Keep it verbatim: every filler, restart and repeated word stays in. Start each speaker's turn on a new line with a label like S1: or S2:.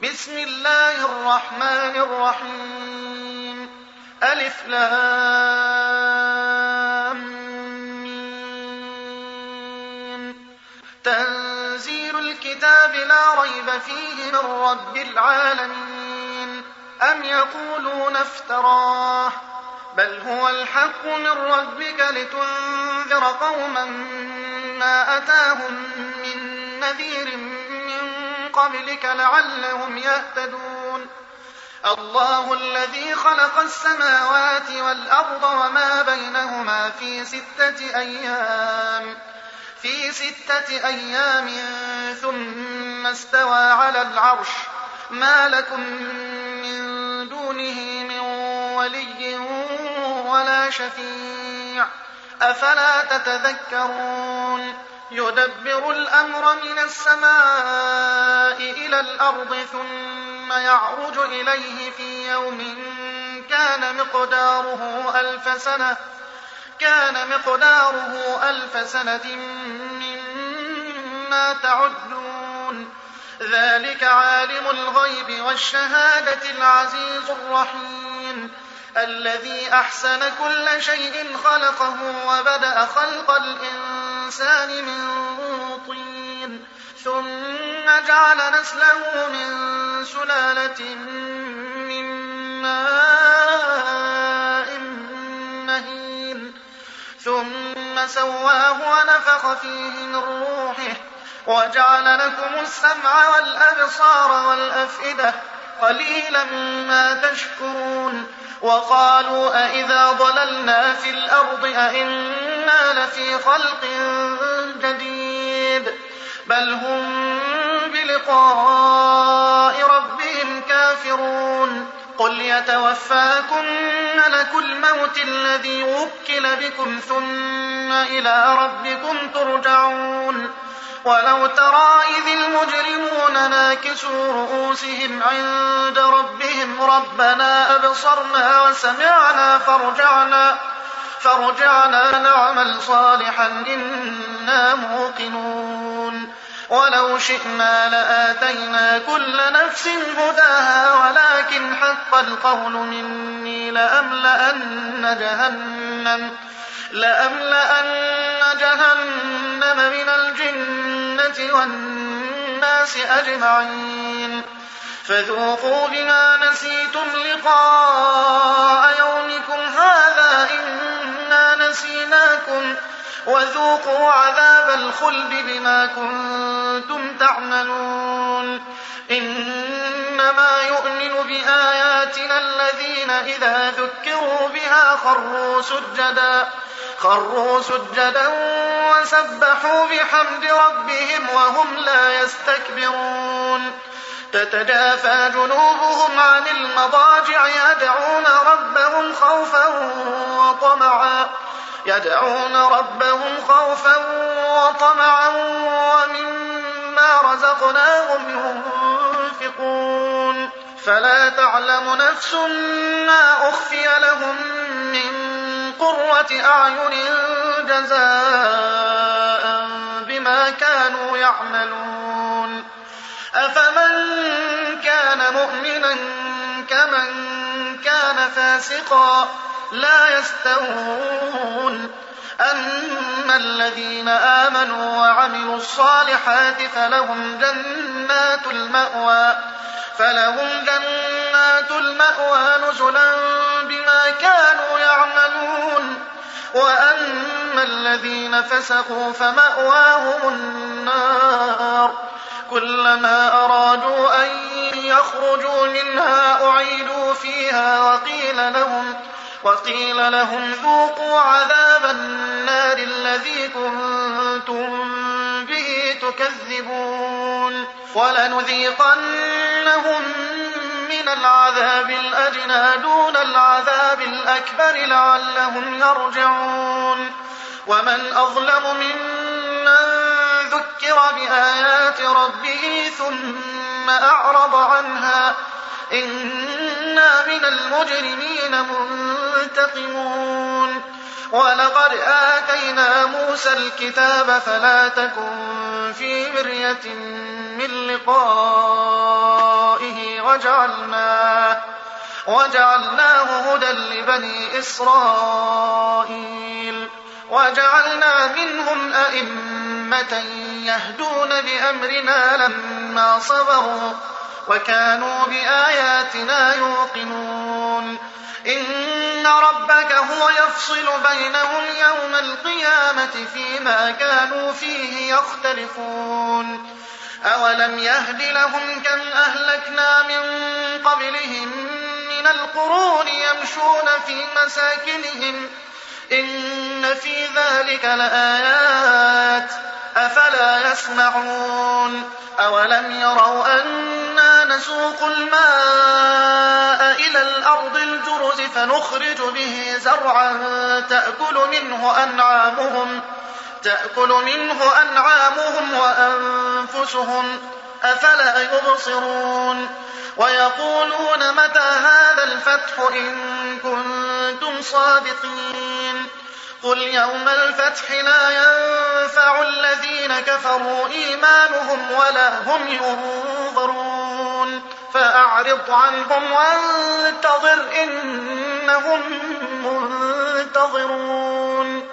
S1: بسم الله الرحمن الرحيم ألف لام ميم تنزيل الكتاب لا ريب فيه من رب العالمين أم يقولون افتراه بل هو الحق من ربك لتنذر قوما ما أتاهم من نذير من قبلك لعلهم يهتدون الله الذي خلق السماوات والأرض وما بينهما في ستة أيام في ستة أيام ثم استوى على العرش ما لكم من دونه من ولي ولا شفيع أفلا تتذكرون يدبر الأمر من السماء إلى الأرض ثم يعرج إليه في يوم كان مقداره ألف سنة كان مقداره ألف سنة مما تعدون ذلك عالم الغيب والشهادة العزيز الرحيم الذي أحسن كل شيء خلقه وبدأ خلق الإنسان من طين ثم جعل نسله من سلالة من ماء مهين ثم سواه ونفخ فيه من روحه وجعل لكم السمع والأبصار والأفئدة قليلا ما تشكرون وقالوا أئذا ضللنا في الأرض أئنا لفي خلق جديد بل هم بلقاء ربهم كافرون قل يتوفاكم ملك الموت الذي وكل بكم ثم إلى ربكم ترجعون ولو ترى إذ المجرمون ناكسوا رؤوسهم عند ربهم ربنا أبصرنا وسمعنا فارجعنا, فارجعنا نعمل صالحا إنا موقنون ولو شئنا لآتينا كل نفس هداها ولكن حق القول مني لأملأن جهنم لأملأن جهنم من الجنة والناس أجمعين فذوقوا بما نسيتم لقاء يومكم هذا إنا نسيناكم وذوقوا عذاب الخلد بما كنتم تعملون إنما يؤمن بآياتنا الذين إذا ذكروا بها خروا سجدا خروا سجدا وسبحوا بحمد ربهم وهم لا يستكبرون تتجافى جنوبهم عن المضاجع يدعون ربهم خوفا وطمعا يدعون ربهم خوفا وطمعا ومما رزقناهم ينفقون فلا تعلم نفس ما أخفي لهم من قرة أعين جزاء بما كانوا يعملون أفمن كان مؤمنا كمن كان فاسقا لا يستوون أما الذين آمنوا وعملوا الصالحات فلهم جنات المأوى فلهم جنات المأوى نزلا بما كانوا يعملون وأما الذين فسقوا فمأواهم النار كلما أرادوا أن يخرجوا منها أعيدوا فيها وقيل لهم وقيل لهم ذوقوا عذاب النار الذي كنتم به تكذبون ولنذيقنهم من العذاب الأدنى دون العذاب الأكبر لعلهم يرجعون ومن أظلم ممن ذكر بآيات ربه ثم أعرض عنها إنا من المجرمين منتقمون ولقد آتينا موسى الكتاب فلا تكن في مرية من لقائه وجعلناه, وجعلناه هدى لبني إسرائيل وجعلنا منهم أئمة يهدون بأمرنا لما صبروا وكانوا بآياتنا يوقنون إن ربك هو يفصل بينهم يوم القيامة فيما كانوا فيه يختلفون أولم يهد لهم كم أهلكنا من قبلهم من القرون يمشون في مساكنهم إن في ذلك لآيات أفلا يسمعون أولم يروا أنا نسوق الماء إلى الأرض الجرز فنخرج به زرعا تأكل منه أنعامهم تأكل منه أنعامهم وأنفسهم أفلا يبصرون ويقولون متى هذا الفتح إن كنتم صادقين قل يوم الفتح لا ينفع الذين كفروا إيمانهم ولا هم ينظرون فأعرض عنهم وانتظر إنهم منتظرون